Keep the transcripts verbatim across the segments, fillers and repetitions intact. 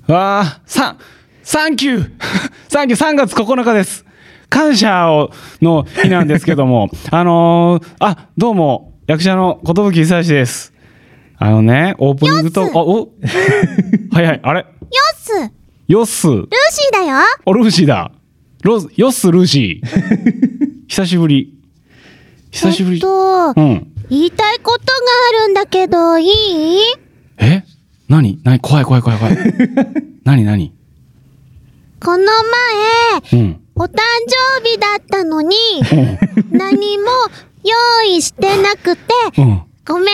わあ、サン、サンキューサンキュー、さんがつここのかです。感謝をの日なんですけども、あのー、あ、どうも、役者の寿久志です。あのね、オープニングと、あ、おはいはい、あれヨッスヨッスルーシーだよ。 お、ルーシーだ。ローヨッスルーシー久しぶり。久しぶり。 えっと、 うん。 言いたいことがあるんだけど、いい？ え？何？何？怖い怖い怖い怖い。何何？ この前、 うん。 お誕生日だったのに、何も用意してなくて、 うん。 ごめんね。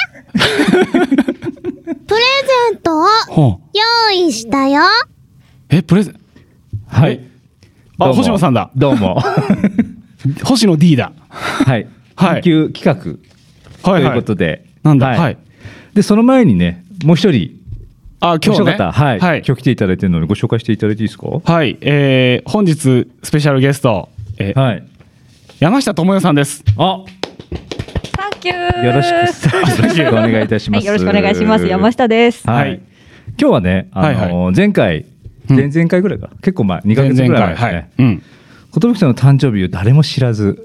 プレゼントを用意したよ。 え、プレゼント？ はい。 あ、星野さんだ。 どうも。 星野 D だ。 はい。 はい緊急企画ということで。 なんだ。 はい。 はい。 で、その前にね、もう一人。 あ、今日ね。 方、はい。 はい。 今日来ていただいているのでご紹介していただいていいですか？ はい。えー、本日スペシャルゲスト、えー、 はい。 山下智代さんです。 あ。 サンキュー。 よろしくよろしくお願いいたします。 はい、よろしくお願いします。山下です。 はい。今日はね、あのーはいはい、前回、前々回ぐらいか、結構前、にかげつぐらい前ですね。はい、うん。寿さんの誕生日を誰も知らず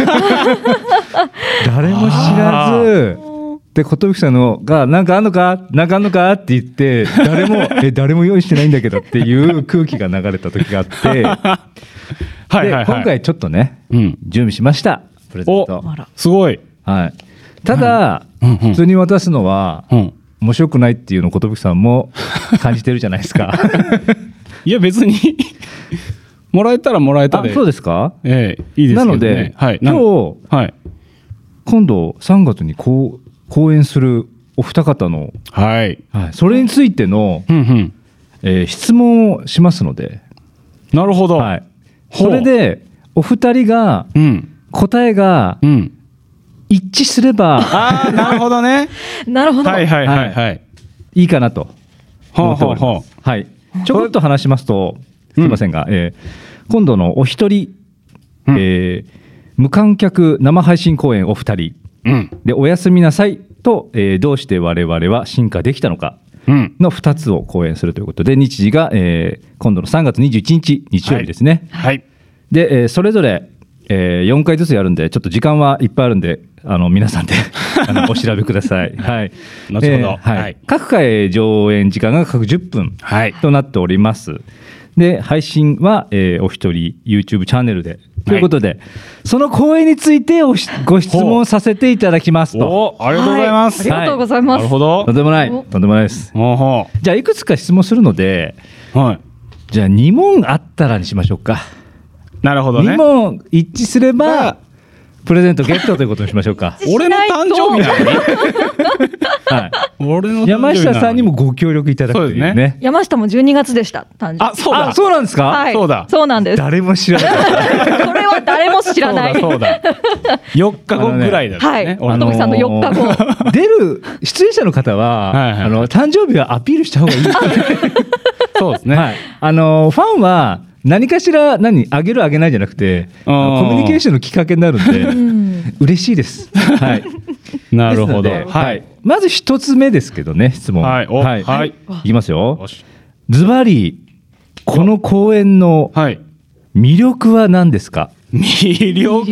誰も知らずで、寿さんのがなんかあんのかなんかあんのかって言って誰もえ誰も用意してないんだけどっていう空気が流れた時があってはいはい、はい、で今回ちょっとね、うん、準備しました。プレゼント。 すごい。 はい。ただ、うんうん、普通に渡すのは、うん、面白くないっていうのを寿さんも感じてるじゃないですか。 いや別にもらえたらもらえたで。 あ、そうですか。 ええ、いいですけどね。 なので、 はい、 今日、はい、今度さんがつにこう公演するお二方の、 はいはい、それについての、うんうんえー、質問をしますので。 なるほど。 はい、それでお二人が、うん、答えが、うん、一致すれば、 ああ、なるほどね。 なるほど。 はいはいはいはい。 いいかなと思っております。はい。ちょこっと話しますと。すみませんが、うんえー、今度のお一人、うんえー、無観客生配信公演お二人、うん、でおやすみなさいと、えー、どうして我々は進化できたのかのふたつを公演するということで、日時が、えー、今度のさんがつにじゅういちにち日曜日ですね。 はいはい、 で、えー、それぞれ、えー、よんかいずつやるんでちょっと時間はいっぱいあるんであの皆さんであのお調べください。はい。 後ほど、えーはいはい、 各回上演時間が各じゅっぷんとなっております。はいで配信は、えー、お一人 YouTube チャンネルでということで、はい、その公演についておご質問させていただきますと。 おありがとうございます、 はい、ありがとうございます、はい、 なるほど。 とんでもないとんでもないです。じゃあいくつか質問するので、はい、じゃあに問あったらにしましょうか。 なるほどね。 に問一致すればプレゼントゲットということにしましょうか。 俺の誕生日なのに、 はい、俺の山下さんにもご協力いただくというね。 ね山下もじゅうにがつでした誕生日。 あ、そうだ。 あ、そうなんですか。 はい、 そうだ。 そうなんです。 誰も知らない。 これは誰も知らない。 そうだ。そうだよっかごぐらいだったね。 はい。寿さんのよっかご。 出る出演者の方は、はいはい、あの誕生日はアピールした方がいい。 そうですね。 はい、あのファンは。何かしら何あげるあげないじゃなくてコミュニケーションのきっかけになるんで、うん、嬉しいです。はい、 なるほど。 はい、まず一つ目ですけどね質問。はい、はいはい、いきますよ。ズバリこの公演の魅力は何ですか？ 魅力？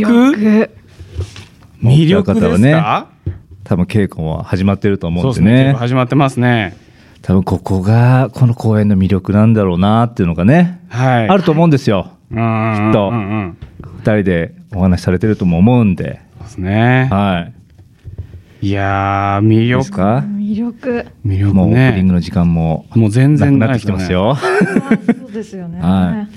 魅力ですか？ね、 多分稽古も始まってると思うんでね。そうですね。 始まってますね。 多分ここがこの公演の魅力なんだろうなっていうのがね、はい、あると思うんですよ。きっとふたりでお話しされてるとも思うんで。 そうですね。 はい。 いやー魅力か。魅力。 魅力ね。 もうオープニングの時間ももう全然なくなってきてますよ。 そうですよね。 はい。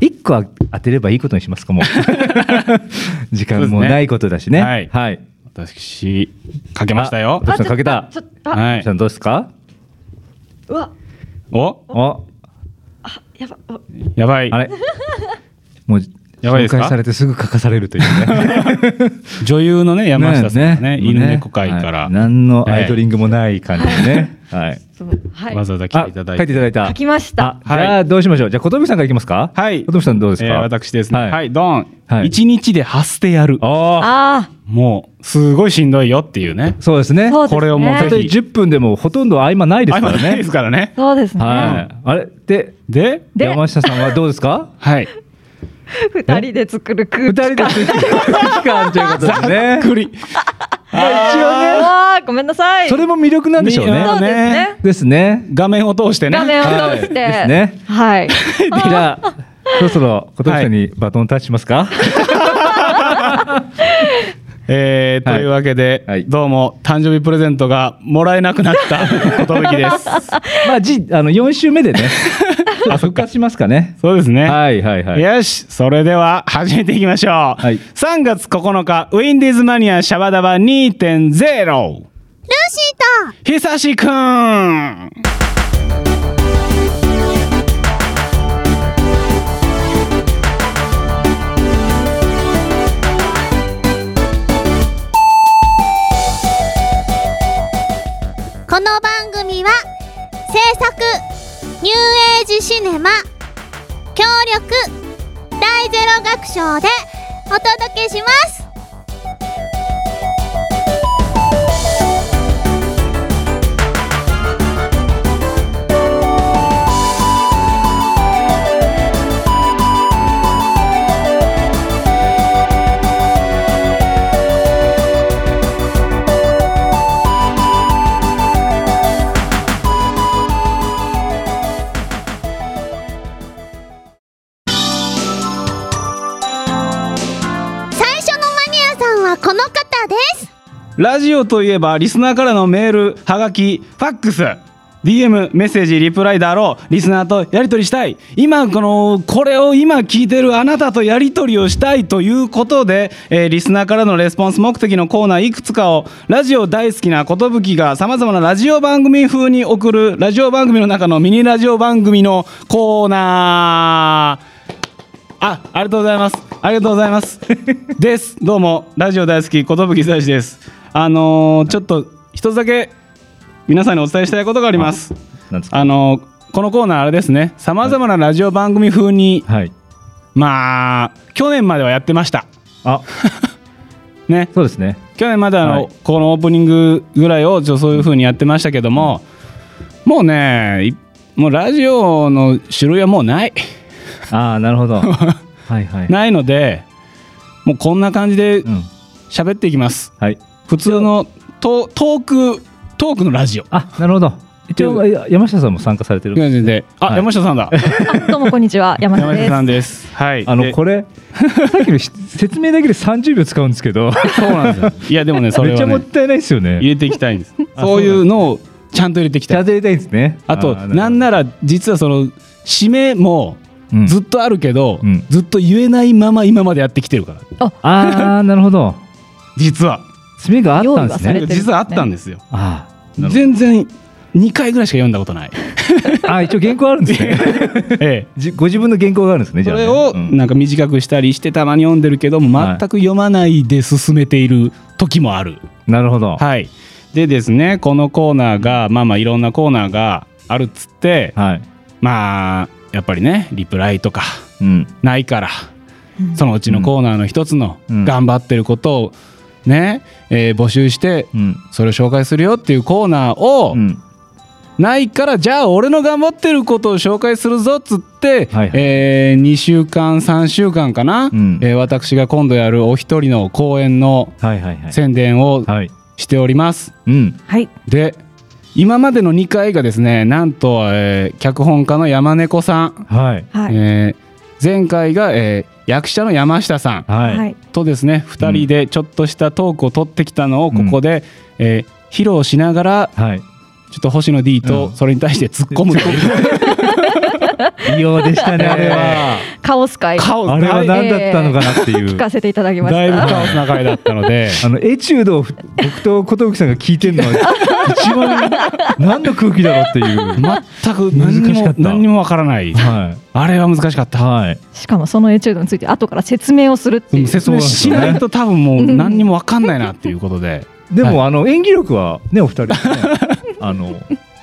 一個当てればいいことにしますかもう。時間もないことだしね。はい。はい。 私かけましたよ。 私かけた。はい。さんどうですか？ うわおおあやばやばいあれもうやばいですか？ 紹介されてすぐ書かされるというね女優のね山下さんね犬猫会から、 何のアイドリングもない感じでねはい。 そうはい。 わざわざ来あ、 ていただいて。 書いていただいた。 書きました。 あ、じゃあどうしましょう。じゃあ寿さんからいきますか。 はい。 寿さんどうですか。 えー私ですね。 はいはい、ドン。 はい一日でハステやる。 ああ、 あもう、すごいしんどいよっていうね。 そうですね。 あ、そうですね。 これをもうぜひたとえじゅっぷんでもほとんど合間ないですからね。 あ今ないですからね。 そうですね。 はい。あれで、 で、 で山下さんはどうですか。 はい。 二人で作る空二気感。 人で空気感ということですね。 くり。 まあ一応ね、 わあ、ごめんなさい。 それも魅力なんでしょうね。 そうですね。 ですね。 画面を通してね。 画面を通して。 ですね。 はい。 じゃあそろそろ寿さんにバトンタッチしますか。 えー、というわけで、 はいどうも誕生日プレゼントがもらえなくなった寿です。 まあじあのよん週目でね、復活しますかね。 そうですね。 はいはいはい。 よし、それでは始めていきましょう。 はいさんがつここのか、ウィンディーズマニアシャバダバ にてんゼロ。 ルーシーと久しくん。 この番組は制作ニューエイジシネマ協力大ゼロ学賞でお届けします。この方です。 ラジオといえばリスナーからのメール、はがき、ファックス、ディーエム、メッセージ、リプライだろう。リスナーとやり取りしたい。今このこれを今聞いてるあなたとやり取りをしたいということで、えー、リスナーからのレスポンス目的のコーナーいくつかをラジオ大好きな寿がさまざまなラジオ番組風に送るラジオ番組の中のミニラジオ番組のコーナー。あ、ありがとうございます。ありがとうございますです。どうもラジオ大好き寿久志です。あのー、ちょっと一つだけ皆さんにお伝えしたいことがあります。 なんですか。 あのー、このコーナーあれですね、さまざまなラジオ番組風に、 はい。 まあ去年まではやってましたあ、 ね。 そうですね。 去年まであの、 はいこのオープニングぐらいをちょそういう風にやってましたけども、もうねいもうラジオの種類はもうないああ、なるほど。はいはい。 ないので、もうこんな感じでうん。 喋っていきます。 はい。 普通のトトークトークのラジオあ、なるほど。一応いや山下さんも参加されてる。 感じで、あ、 はい山下さんだ。 あ、どうもこんにちは、山下です。 山下さんです。はい。 あのでこれさっきのし説明だけでさんじゅうびょう使うんですけど、 そうなんですよ。いやでもね、それめっちゃはねもったいないですよ入ね。 れていきたいんです。 あそういうのをちゃんと入れていきたい。 ちゃんとやりたいんですね。 あとーなんなら実はその締めもうんずっとあるけど、 うんずっと言えないまま今までやってきてるから。 ああ、なるほど。 実は詰めがあったんですね。 用意はされてるんですね実はあったんですよ。 ああ、なるほど全然にかいぐらいしか読んだことない。 あー、一応原稿あるんですね。 ええ。 じご自分の原稿があるんですね。じゃあねそれをうんなんか短くしたりしてたまに読んでるけども、全く読まないで進めている時もある。 なるほど。 はい。でですね、このコーナーがまあまあいろんなコーナーがあるっつって、 はい。 まあやっぱりねリプライとかうん。 ないから、そのうちのコーナーの一つのうん頑張ってることをね、えー募集してうん。 それを紹介するよっていうコーナーをうん。 ないから、じゃあ俺の頑張ってることを紹介するぞっつって、 はいはいえーにしゅうかんさんしゅうかんかな、 うんえー私が今度やるお一人の公演のはいはいはい。 宣伝をはい。 しております。 うん。 はい。 で今までのにかいがですね、なんと、えー脚本家の山猫さん、 はい。 はい。 えー前回が、えー役者の山下さんはい。 はい。 とですね、ふたりでちょっとしたトークを取ってきたのをここで、えー披露しながらはい。 ちょっと星野 D とうんそれに対して突っ込むという、 異様でしたね、あれは。 カオス会。 カオスあれは何だったのかなっていう。 聞かせていただきましだいぶた。 カオスな回だったのであのエチュードを僕と寿さんが聞いてるのは一番何の空気だろうっていう。 全く何にも難しかった何にもわからない、 はあれは難しかっい。 た。 はい。 しかもそのエチュードについて後から説明をするっていう。 説明しないと多分もう何にもわかんないなっていうことで、 でも、 はあの演技力はね、お二人ね、あの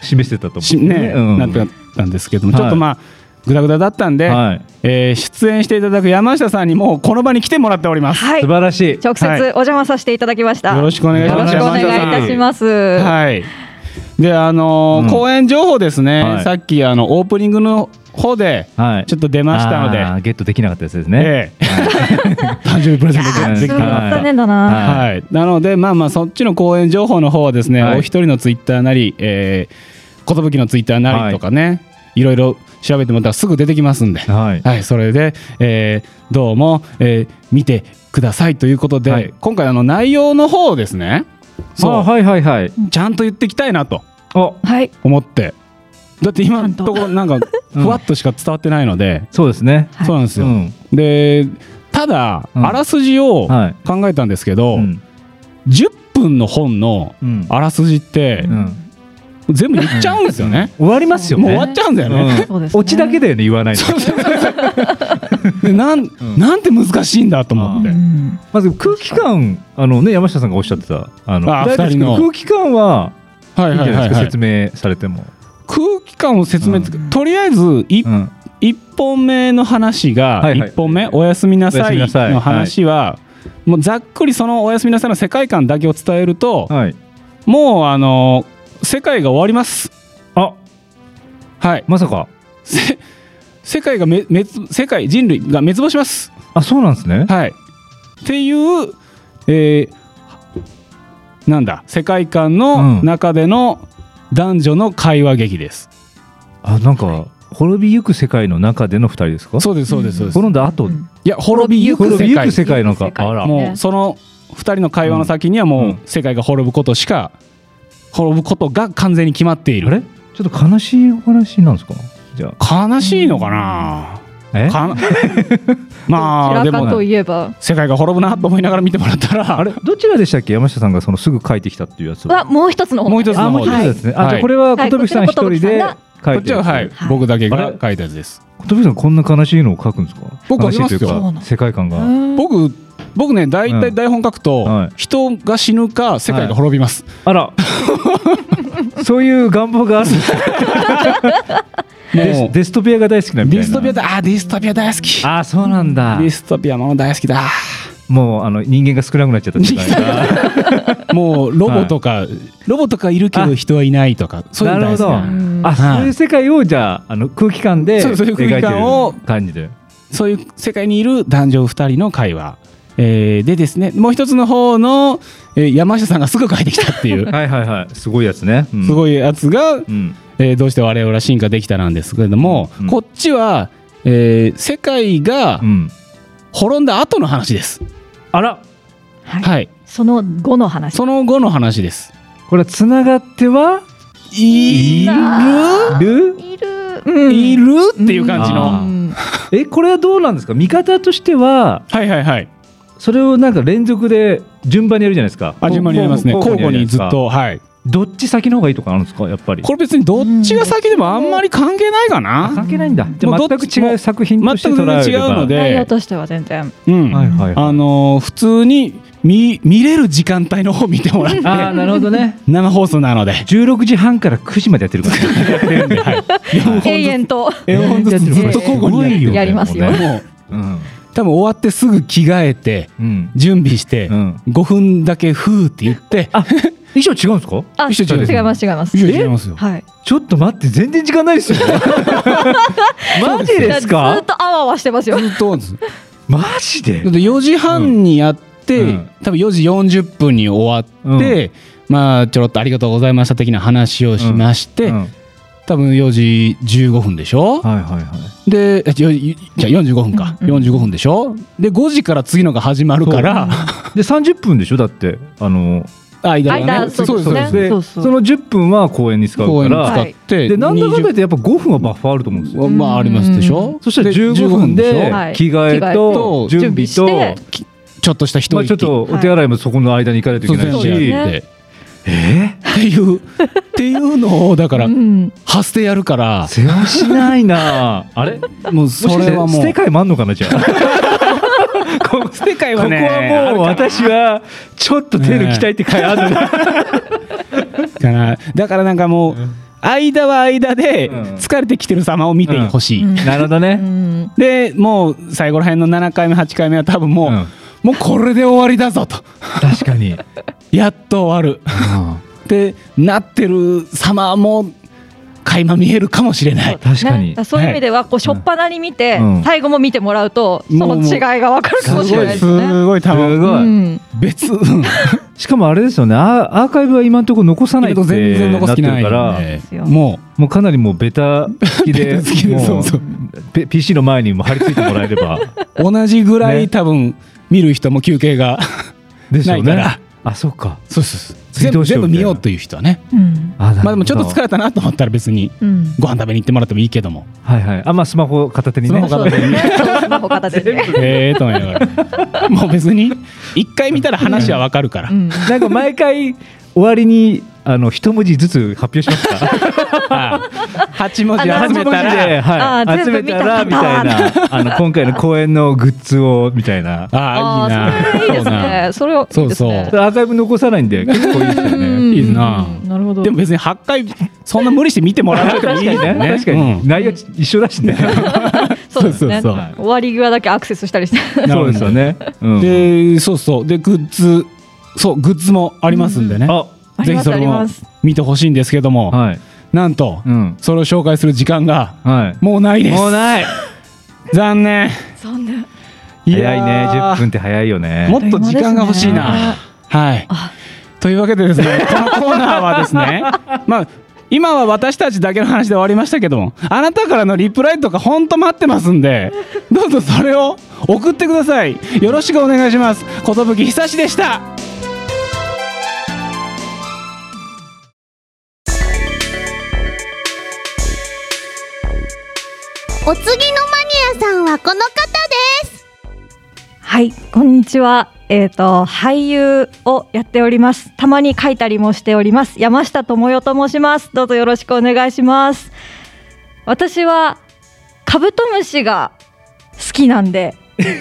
示してたとし思うね、 うんなってたんですけども、 はいちょっとまあグダグダだったんで、 はいえー出演していただく山下さんにもこの場に来てもらっております。 はい素晴らしい。 直接お邪魔させていただきました。 よろしくお願いします。 よろしくお願いいたします。 はい。で、あのーうん公演情報ですね、 はいさっきあのオープニングの方ではいちょっと出ましたので、 あーゲットできなかったやつですね。 ええ誕生日プレゼントはいできたそうら残念だな。 はいはい、なので、まあまあ、そっちの公演情報の方はですね、 はいお一人のツイッターなり、えー、寿のツイッターなりとかね、い、ろいろ調べてもらったらすぐ出てきますんで、 はい。 はい、それで、えーどうも、えー見てくださいということで、 はい今回あの内容の方をですね、そう、 あーはいはいはい。 ちゃんと言っていきたいなとお、 はい。 思って、だって今のちゃんとところなんかふわっとしか伝わってないので、 そうですね。 はいそうなんですよ。 うんで、ただ、 うんあらすじをはい考えたんですけど、 うんじゅっぷんの本のうんあらすじってうん全部言っちゃうんですよね。 終わりますよね。 もう終わっちゃうんだよね。 そうですねオチだけだよね言わないの。 でなんなんて難しいんだと思ってう。んまず空気感あのね山下さんがおっしゃってたあのあ大体二人の空気感ははいいいんじゃないですかはい説明されても。 空気感を説明つうとりあえずいうん一本目の話がはいはい一本目おやすみなさいおやすみなさいの話はもうざっくりそのおやすみなさいの世界観だけを伝えるとはい。 もうあの世界が終わります。 あはい。 まさか。 せ世界がめ滅世界人類が滅亡します。 あそうなんですね。 はい。っていう、えーなんだ世界観のうん中での男女の会話劇です。 あなんか滅びゆく世界の中での二人ですか。 そうですそうですそうです。 滅んだ後うんいや滅びゆく世界滅びゆく。世界のか。 世界あら。 もうそのふたりの会話の先にはもうんう世界が滅ぶことしか滅ぶことが完全に決まっている。 あれちょっと悲しいお話なんですか。じゃ悲しいのかな。 あ。えかまあでどちらかともいえば。 世界が滅ぶなと思いながら見てもらったらあれどちらでしたっけ山下さんがそのすぐ書いてきたっていうやつは。 はもう一つの方。 もう一つのあもう一つはいですね。あはいじゃあこれははい寿さん一人でこちら書いてるやつ。 こっちははい、 はい僕だけあれが書いたやつです。 寿さんこんな悲しいのを書くんですか。 僕書きますよ悲しいというかそうなの世界観が。 うん僕僕ね大体台本書くと、 はい人が死ぬか世界が滅びます。 あら。そういう願望があるんですか。デもうスデストピアが大好きなみたいな。 ディストピアだあーディストピア大好き。 あそうなんだディ。ストピアもの大好きだ。 もうあの人間が少なくなっちゃった世界が。 もうロボとか、ロボとかいるけど人はいないとかそういうの大好きなるほどうんあはいそういう世界をじゃああの空気感でそうそういう空気感を描いてる感じで。 そういう世界にいる男女ふたりの会話、えーでですねもう一つの方の、えー山下さんがすぐ書いてきたっていうはいはいはいすごいやつね。うんすごいやつが、 うんえーどうして我々は進化できたなんですけれども、 うんこっちは、えー世界がうん。 滅んだ後の話です。 あらはい。 はい、 その後の話。 その後の話です。 これつながってはいるるいる。うんいるっていう感じあの。 うんえこれはどうなんですか見方としてははいはいはい。 それをなんか連続で順番にやるじゃないですか。 あ順番にやりますね。 交交互にずっやるじゃないですか。 とはい。 どっち先の方がいいとかあるんですかやっぱり。 これ別にどっちが先でもあんまり関係ないかあな。 関係ないんだ。じゃもうどっちあ全く違う作品として全く捉えれば全然違うので内容としては全然。 うん。 はいはいはいあのー普通に見見れる時間帯の方を見てもらってああなるほどね。 生放送なのでじゅうろくじはんからくじまでやってるから。 やってるんで、はい、よんほんずつ永遠と。 よんほんずつずっと交互にやってるやりますよもうねもううん多分終わってすぐ着替えてうん準備してうんごふんだけふーって言ってあ衣装違うんですか。 あ、 一緒違う違います違います。 いや違いますよ。 はい。 ちょっと待って全然時間ないですよ。マジですずかっ。とあわあわしてますよ。 ずっとですマジでだってよじはんにやって、 うんうん多分よじよんじゅっぷんに終わって、まあちょろっとありがとうございました的な話をしまして、 うん多分よじじゅうごふんでしょ、 はいはいはい。 でえじゃあじゃあよんじゅうごふんか、 うんうんよんじゅうごふんでしょでごじから次のが始まるからでさんじゅっぷんでしょだってあの間がね間そうですねでそうそうそのじゅっぷんは公演に使う公園にから、 使って、 でなんだかんだ言っにてやっぱごふんはバッファーあると思うんですよ。 じゅうまあありますでしょそしたらじゅうごふんではい着替えと準備準備としてちょっとした一まあ息ちょっとお手洗いもそこの間に行かないといけないそうし、 ですねえっていうっていうのをだからうんハスでやるからー、世話しないなあれもうもしかそれはもうして捨て会もあんのかなじゃあここ捨て会ここはねはもう私はちょっと手抜きたいって会あるのかかなだからなんかもう、 間は間でうん疲れてきてる様を見てほしい、 うんなるほどうね。 んでもう最後らへんのななかいめはちかいめは多分もう、 うんもうこれで終わりだぞと確かに。 やっと終わるってなってる様も垣間見えるかもしれない。 確かにねだらそういう意味ではこう初っ端に見て、 うん最後も見てもらうとそもうの違いが分かるかもしれないですね。 すごい多す分ごい、 うん別うんしかもあれですよね、アーアーカイブは今のところ残さないって全然残なってす気ないるから、 ねよももうかなりもうベタ好きでベタ好きでもそうそうペ ピーシー の前にも張り付いてもらえればう同じぐらいね多分見る人も休憩がですよねないから。 あ、そうか。 そうそうそう次全部どうしようみたいな全部見ようという人はね、 うんあ、 まあでもちょっと疲れ。 れたなと思ったら別にうんご飯食べに行ってもらってもいいけども、 はいはい。あ、まあスマホ片手にね。 スマホ片手にねそうスマホ片手でね。 ええと思いながらもう別に一回見たら話はわかるから、 うんなんか毎回終わりにあの一文字ずつ発表しますか。 はち文字集あめた八文字で、 らはい、 あー集めたらみ全部見たたいな、あの今回の公演のグッズをみたいな。 ああいいなあーそれいいですね。それはいいですね。 そうそうアーカイブ残さないんで結構いいですようね。 んいいなうんなるほど。 でも別にはちかいそんな無理して見てもらわなくてもいいですよね確かに、内容一緒だしね。 そうですね。 そうそうそう終わり際だけアクセスしたりして。 なるほどそうですよね。うんでそうそうでグッズそうグッズもありますんでね、 あ、 ありますありぜひそれもます。 見てほしいんですけども、 はい。 なんと、 うん。 それを紹介する時間がはい。 もうないです。 もうない。 残念。 そんな。 早いね。じゅっぷんんって早いよね。 もっと時間が欲しいな。はいあ。 というわけでですね、このコーナーはですね、まあ今は私たちだけの話で終わりましたけども、あなたからのリプライとか本当待ってますんで、どうぞそれを送ってください。よろしくお願いします。寿久志でした。 お次のマニアさんはこの方です。 はい、こんにちは。えっ、と俳優をやっております。たまに書いたりもしております。山下智代と申します。どうぞよろしくお願いします。私はカブトムシが好きなんで。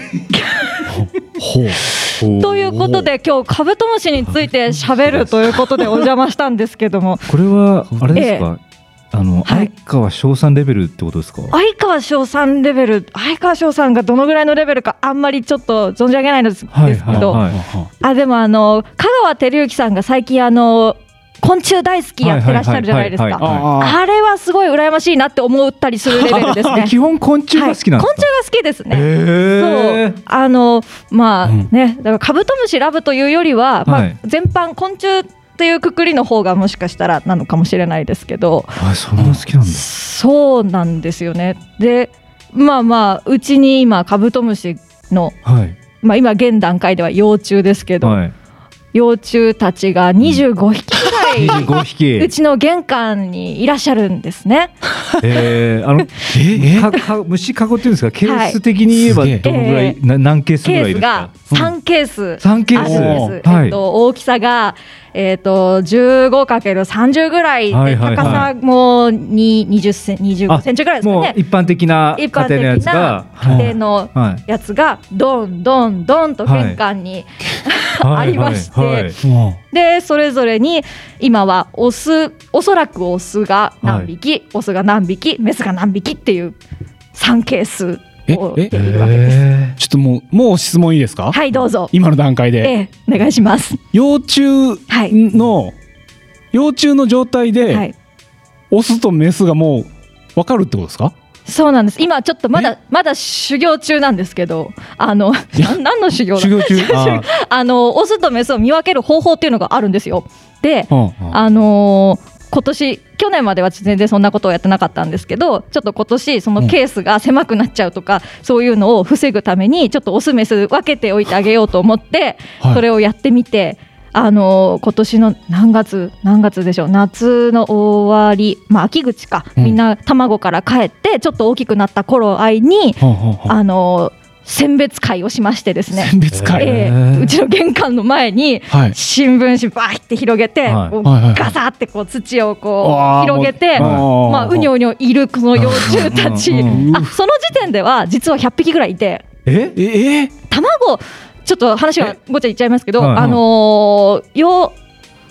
ほう。 ということで今日カブトムシについて喋るということでお邪魔したんですけども、 これはあれですか。あのはい相川翔さんレベルってことですか。 相川翔さんレベル、相川翔さんがどのぐらいのレベルかあんまりちょっと存じ上げないのですはいですけど、 はいあでもあの香川照之さんが最近あの昆虫大好きやってらっしゃるじゃないですか。 はいはいはいはいああれはすごい羨ましいなって思ったりするレベルですね。 基本昆虫が好きなんはい、 ですか。 昆虫が好きですね。 へそうあのまあうんね、だからカブトムシラブというよりは、まあはい全般昆虫っていうくくりの方がもしかしたらなのかもしれないですけど、 あ、そんな好きなんだ。 そうなんですよね。でまあまあうちに今カブトムシの、 はいまあ、今現段階では幼虫ですけど、 はい。 幼虫たちがにじゅうごひきくらい、 にじゅうごひき。 うちの玄関にいらっしゃるんですね。 えー、あのえかか虫かごっていうんですか。ケはいース的に言えばすげえどのぐらい、 えな何ケースぐケらいですかースが。さんケース三ケース。 あるんです。 はいえっと大きさがえっと じゅうごかけるさんじゅう ぐらいで、 はいはいはい高さもににじゅっセンチ、にじゅうごセンチぐらいですかね。 もう一般的な家一般庭のやつ的なが。 家庭のはいやつがドンドンドンと玄関に、ありましてはいはいはいもでそれぞれに今はオスおそらくオスが何匹、オスが何匹メスが何匹っていうさんケースをええ出ているわけです。 えうちょっともうもう質問いいですか？ はいどうぞ。 今の段階で、 ええお願いします。 幼虫はいの、幼虫の状態で、 はいオスとメスがもう分かるってことですか？ そうなんです。今ちょっとまだまだ修行中なんですけど、あのな何の修行だ修行中ああのオスとメスを見分ける方法っていうのがあるんですよ。で、 うんあのー今年去年までは全然そんなことをやってなかったんですけど、ちょっと今年そのケースが狭くなっちゃうとか、そういうのを防ぐためにちょっとオスメス分けておいてあげようと思って、 はいそれをやってみて、あのー今年の何月何月でしょう、夏の終わり、まあ、秋口か、 うんみんな卵から帰ってちょっと大きくなった頃合いに、 ほうほうほうあのー選別会をしましてですね、 選別会、 ええへーうちの玄関の前にはい新聞紙バーって広げて、 はいこうはいはいガサってこう土をこあーう広げて、 もうまあ、うにょうにょいるこの幼虫たち、 うんあその時点では実はひゃっぴきぐらいいて、 えええ卵ちょっと話がごちゃいっちゃいますけど、 はいはいあのーよ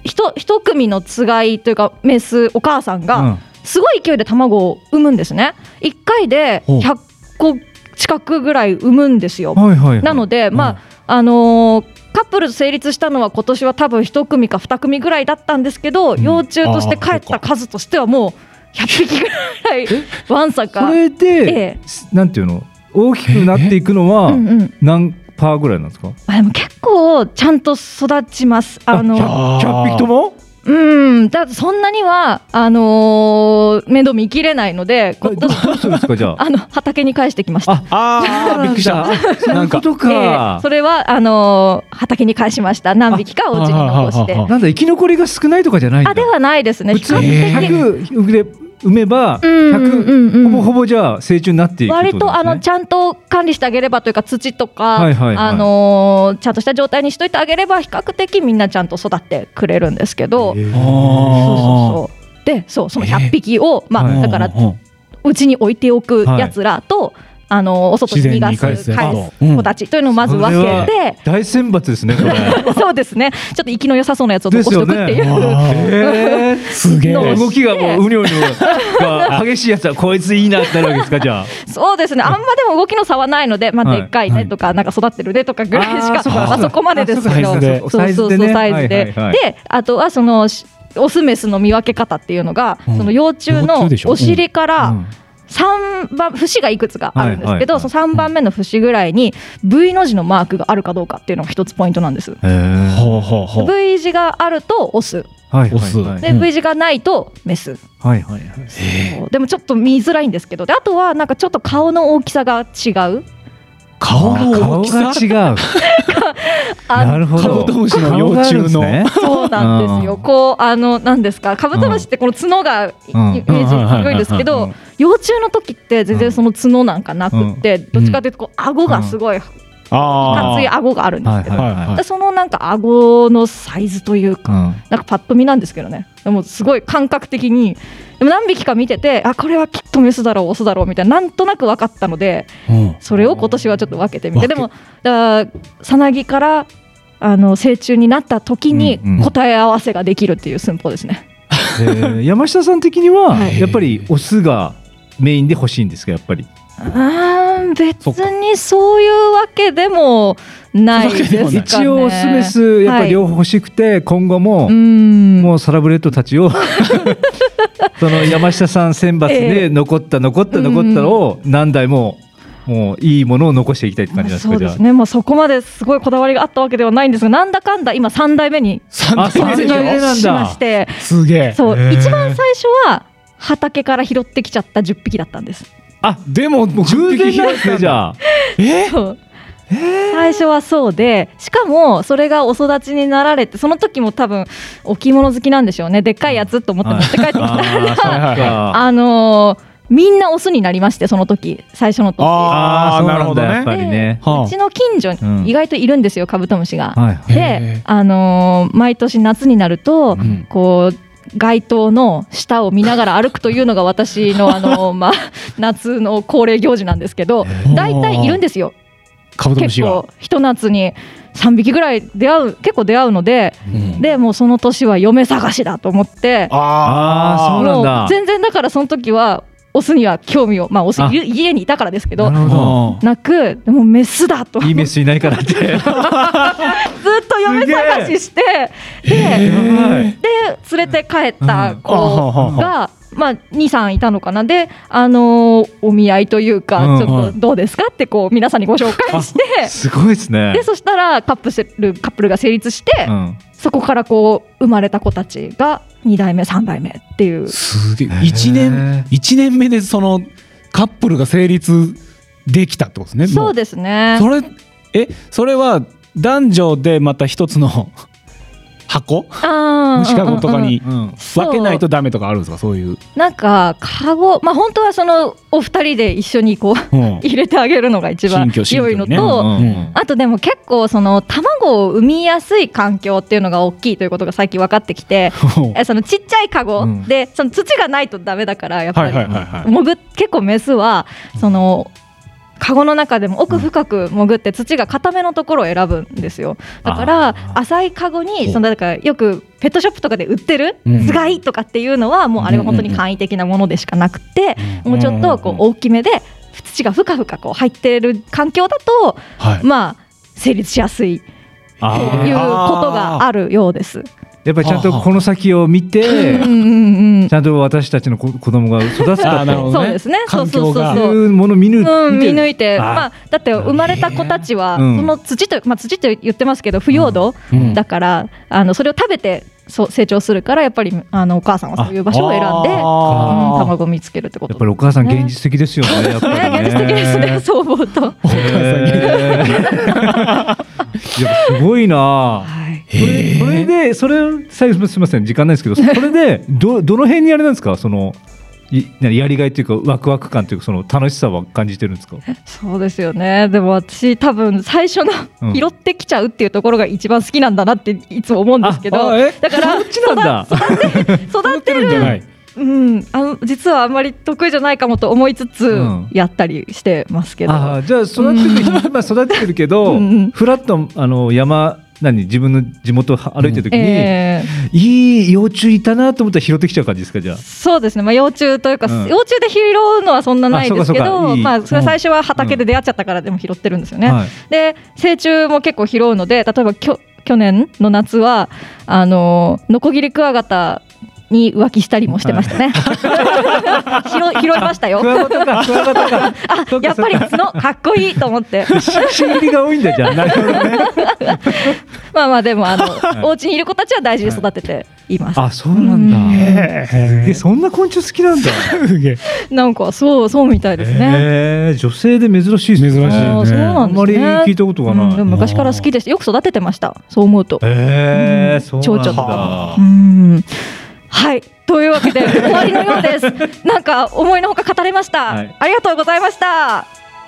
一一組のつがいというかメスお母さんうがんすごい勢いで卵を産むんですね。いっかいでひゃっこ近くぐらい産むんですよ。 はいはいはい、 なので、まああのーカップル成立したのは今年は多分一組か二組ぐらいだったんですけど、 うん幼虫として帰った数としてはもうひゃっぴきぐらいわんさか。 それで、 ええなんていうの大きくなっていくのはうんうん何パーぐらいなんですか？ あでも結構ちゃんと育ちます。あのあひゃっぴきともうんだってそんなにはあのー面倒見きれないので、 どどうするんですかじゃああの畑に返してきました。 ああーびっくりしたそういうことか、 ええそれはあのー畑に返しました。何匹かお家に残して。 あなんだ生き残りが少ないとかじゃないんだ。 あではないですね。 普通に比較的ひゃく産め産めばうんうんうんうんひゃくほぼほぼじゃあ成虫になっていくってことですね。 割とあのちゃんと管理してあげればというか土とか、 はいはいはいあのーちゃんとした状態にしといてあげれば比較的みんなちゃんと育ってくれるんですけど、 へーそうそうそうでそうそのひゃっぴきを、まあ、 はいだからうちに置いておくやつらと、あのーお外に逃がす自然に返す返す子たちというのをまず分けて、 大選抜ですねこれ。 そうですねちょっと生きの良さそうなやつを残しておくっていう、 ですよねへーすげえの動きがもううにょうにょが激しいやつはこいついいなってなるわけですかじゃあ。 そうですねあんまでも動きの差はないので、まあ、 はいでっかいねとか、なんか育ってるねとかぐらいしかあーそうかまあ、そこまでですけどあそうかそうそうそうサイズでねサイズで、 はいはいはいであとはそのしオスメスの見分け方っていうのが、 うんその幼虫幼の虫でしょお尻からうんさんばん節がいくつかあるんですけど、 はいはいはいそのさんばんめの節ぐらいに V の字のマークがあるかどうかっていうのが一つポイントなんです。 へーほうほうほう V 字があるとオスはいオスはいはいで、 うん V 字がないとメス。 はいはいはい。 そうでもちょっと見づらいんですけど、であとはなんかちょっと顔の大きさが違う。 顔の顔大きさが違う。 あなるほど。 カブトムシの幼虫の顔があるんですねそうなんですよ。 うんこうあの何ですか、カブトムシってこの角がイうんイメージ強いんですけうんど、幼虫の時って全然その角なんかなくって、どっちかというとこう顎がすごいあ厚い顎があるんですけど、 はいはいはいでそのなんか顎のサイズというか、 うんなんかパッと見なんですけどね。でもすごい感覚的に。でも何匹か見てて、あこれはきっとメスだろうオスだろうみたいななんとなく分かったので、 うんそれを今年はちょっと分けてみて、 分けでもだからさなぎからあの成虫になった時にうんうん答え合わせができるっていう寸法ですね。 えー山下さん的にははいやっぱりオスがメインで欲しいんですかやっぱり。 あー別にそういうわけでもないですかね。 一応オスメスやっぱり両方欲しくて、今後も、 はい、うんもうサラブレッドたちをその山下さん選抜で残った残った残ったのを何代ももういいものを残していきたいって感じなんですか。 そうですね、まあ、そこまですごいこだわりがあったわけではないんですが、なんだかんだ今さん代目に三あ代目でしょ三代目なんだしまして、 すげえそうへー一番最初は畑から拾ってきちゃったじゅっぴきだったんです。 あでももう偶然なんですねじゃあ。 えそう最初はそうで、しかもそれがお育ちになられて、その時も多分置物好きなんでしょうね。でっかいやつと思って持って帰ってきたら、 あーそっかあのーみんなオスになりまして、その時最初の時ああそうなるほどやっぱねりね。 はあうちの近所うんに意外といるんですよ、カブトムシが。 はい。 へでー、 あのー毎年夏になると、 んこう街灯の下を見ながら歩くというのが私の、あのーまあ、夏の恒例行事なんですけど、大体いるんですよ。 カブトムシが結構ひと夏にさんびきぐらい出会う結構出会うので、 うんでもうその年は嫁探しだと思って、 あーそうなんだもう全然だからその時はオスには興味を、まあオスあいる家にいたからですけどなるほど。 なく、でもメスだといいメスいないからって。 ずっと嫁探しして、ではいで連れて帰った子うんが、まあ、にさんいたのかな。で、あのーお見合いというか、 うんちょっとどうですかってこう皆さんにご紹介して、 すごいですね。 でそしたらカップルカップルが成立して、 うんそこからこう生まれた子たちがに代目さん代目っていう。 すげえへー一年一年目でそのカップルが成立できたってことですね。 そうですね。 それえそれは男女でまた一つの箱あー虫かごとかにうんそう分けないとダメとかあるんですか、そういう、 なんかカゴ、まあ本当はそのお二人で一緒にこううん入れてあげるのが一番新居新居良いのと、 ねうんうんあとでも結構その卵を産みやすい環境っていうのが大きいということが最近分かってきて、えそのちっちゃいカゴうんでその土がないとダメだから、やっぱりはいはいはいはいもぐ結構メスはそのカゴの中でも奥深く潜って土が固めのところを選ぶんですよ。だから浅いカゴにそのだからよくペットショップとかで売ってるつがいとかっていうのはもうあれは本当に簡易的なものでしかなくて、もうちょっとこう大きめで土がふかふかこう入っている環境だと、はい、まあ成立しやすいっていうことがあるようです。 やっぱりちゃんとこの先を見て、ちゃんと私たちの子供が育つかと、 そうですね、 環境がそういうものを見抜いて、 うん、見抜いて、まあ、だって生まれた子たちは、その土と、まあ、土と言ってますけど腐葉土だから、あのそれを食べてそう成長するから、やっぱりあのお母さんはそういう場所を選んで、うん、卵を見つけるってこと、 やっぱりお母さん現実的ですよね。やっぱりね、 現実的ですね、そう思うと。お母さんいやすごいな。はいそれ, それでそれ最後すみません時間ないですけど、それで ど, どの辺にあれなんですか、そのやりがいというかワクワク感というかその楽しさは感じてるんですか。 そうですよね。でも私多分最初の拾ってきちゃうっていうところが一番好きなんだなっていつも思うんですけど、だから育てるんじゃない、うん、あの実はあんまり得意じゃないかもと思いつつ、うん、やったりしてますけど。あじゃあ育てる、うん、まあ育ててるけどうん、フラッとあの山何自分の地元を歩いてる時に、うんえー、いい幼虫いたなと思ったら拾ってきちゃう感じですか。じゃあそうですね、まあ、幼虫というか、うん、幼虫で拾うのはそんなないですけど、いい、まあ、それは最初は畑で出会っちゃったからでも拾ってるんですよね、うんはい、で成虫も結構拾うので、例えばきょ去年の夏はあのノコギリクワガタに浮気したりもしてましたね、はい、拾, 拾いましたよ。クワガタかクワガタかあやっぱり角かっこいいと思って新入りが多いんだじゃん。なるほどねまあまあでもあの、はい、お家にいる子たちは大事に育てています、 はい、あそうなんだ、うん、えそんな昆虫好きなんだなんかそうそうみたいですね、 えー、女性で珍しいですね。珍しいね。 そうなんですね。あんまり聞いたことがない、うん、 でも昔から好きです。よく育ててました。そう思うと、 えーうん、そうなんだ。 蝶々とかうんはいというわけで終わりのようですなんか思いのほか語れました、はい、ありがとうございました。